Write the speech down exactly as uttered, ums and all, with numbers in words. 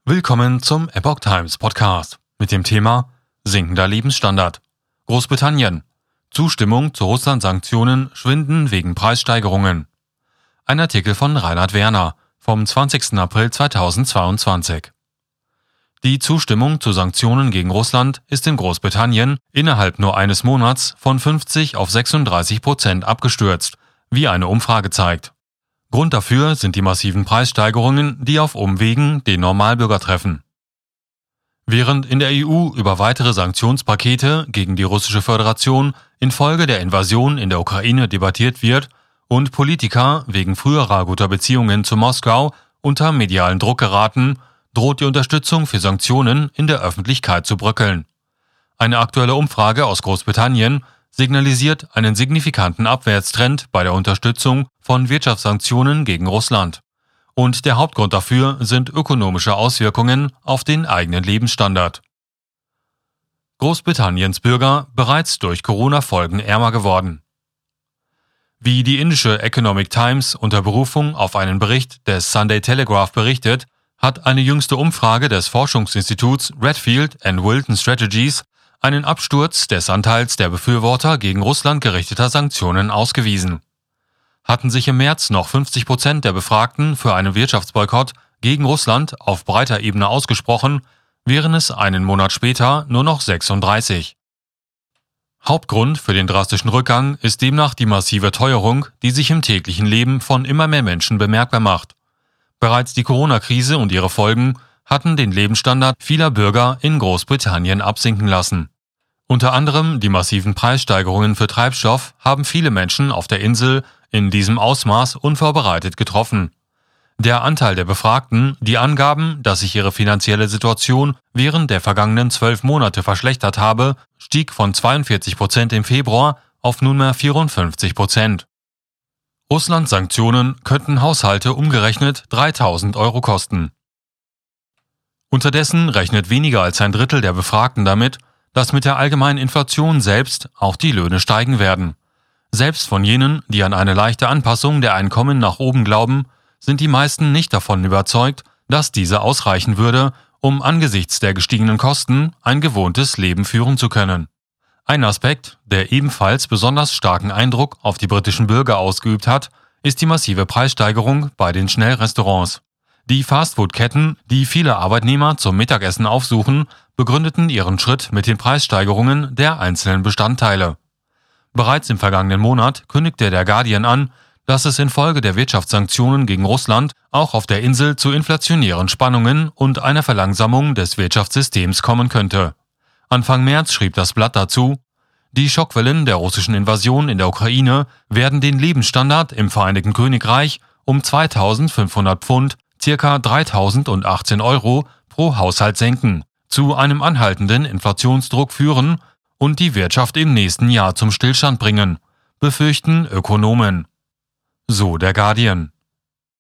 Willkommen zum Epoch Times Podcast mit dem Thema Sinkender Lebensstandard. Großbritannien. Zustimmung zu Russland-Sanktionen schwinden wegen Preissteigerungen. Ein Artikel von Reinhard Werner vom zwanzigsten April zweitausendzweiundzwanzig. Die Zustimmung zu Sanktionen gegen Russland ist in Großbritannien innerhalb nur eines Monats von fünfzig auf sechsunddreißig Prozent abgestürzt, wie eine Umfrage zeigt. Grund dafür sind die massiven Preissteigerungen, die auf Umwegen den Normalbürger treffen. Während in der E U über weitere Sanktionspakete gegen die russische Föderation infolge der Invasion in der Ukraine debattiert wird und Politiker wegen früherer guter Beziehungen zu Moskau unter medialen Druck geraten, droht die Unterstützung für Sanktionen in der Öffentlichkeit zu bröckeln. Eine aktuelle Umfrage aus Großbritannien signalisiert einen signifikanten Abwärtstrend bei der Unterstützung von Wirtschaftssanktionen gegen Russland. Und der Hauptgrund dafür sind ökonomische Auswirkungen auf den eigenen Lebensstandard. Großbritanniens Bürger bereits durch Corona-Folgen ärmer geworden. Wie die indische Economic Times unter Berufung auf einen Bericht des Sunday Telegraph berichtet, hat eine jüngste Umfrage des Forschungsinstituts Redfield and Wilton Strategies einen Absturz des Anteils der Befürworter gegen Russland gerichteter Sanktionen ausgewiesen. Hatten sich im März noch fünfzig Prozent der Befragten für einen Wirtschaftsboykott gegen Russland auf breiter Ebene ausgesprochen, wären es einen Monat später nur noch sechsunddreißig. Hauptgrund für den drastischen Rückgang ist demnach die massive Teuerung, die sich im täglichen Leben von immer mehr Menschen bemerkbar macht. Bereits die Corona-Krise und ihre Folgen hatten den Lebensstandard vieler Bürger in Großbritannien absinken lassen. Unter anderem die massiven Preissteigerungen für Treibstoff haben viele Menschen auf der Insel in diesem Ausmaß unvorbereitet getroffen. Der Anteil der Befragten, die angaben, dass sich ihre finanzielle Situation während der vergangenen zwölf Monate verschlechtert habe, stieg von zweiundvierzig Prozent im Februar auf nunmehr vierundfünfzig Prozent. Russlands Sanktionen könnten Haushalte umgerechnet dreitausend Euro kosten. Unterdessen rechnet weniger als ein Drittel der Befragten damit, dass mit der allgemeinen Inflation selbst auch die Löhne steigen werden. Selbst von jenen, die an eine leichte Anpassung der Einkommen nach oben glauben, sind die meisten nicht davon überzeugt, dass diese ausreichen würde, um angesichts der gestiegenen Kosten ein gewohntes Leben führen zu können. Ein Aspekt, der ebenfalls besonders starken Eindruck auf die britischen Bürger ausgeübt hat, ist die massive Preissteigerung bei den Schnellrestaurants. Die Fastfood-Ketten, die viele Arbeitnehmer zum Mittagessen aufsuchen, begründeten ihren Schritt mit den Preissteigerungen der einzelnen Bestandteile. Bereits im vergangenen Monat kündigte der Guardian an, dass es infolge der Wirtschaftssanktionen gegen Russland auch auf der Insel zu inflationären Spannungen und einer Verlangsamung des Wirtschaftssystems kommen könnte. Anfang März schrieb das Blatt dazu: Die Schockwellen der russischen Invasion in der Ukraine werden den Lebensstandard im Vereinigten Königreich um zweitausendfünfhundert Pfund, circa dreitausendachtzehn Euro pro Haushalt senken, zu einem anhaltenden Inflationsdruck führen und die Wirtschaft im nächsten Jahr zum Stillstand bringen, befürchten Ökonomen. So der Guardian.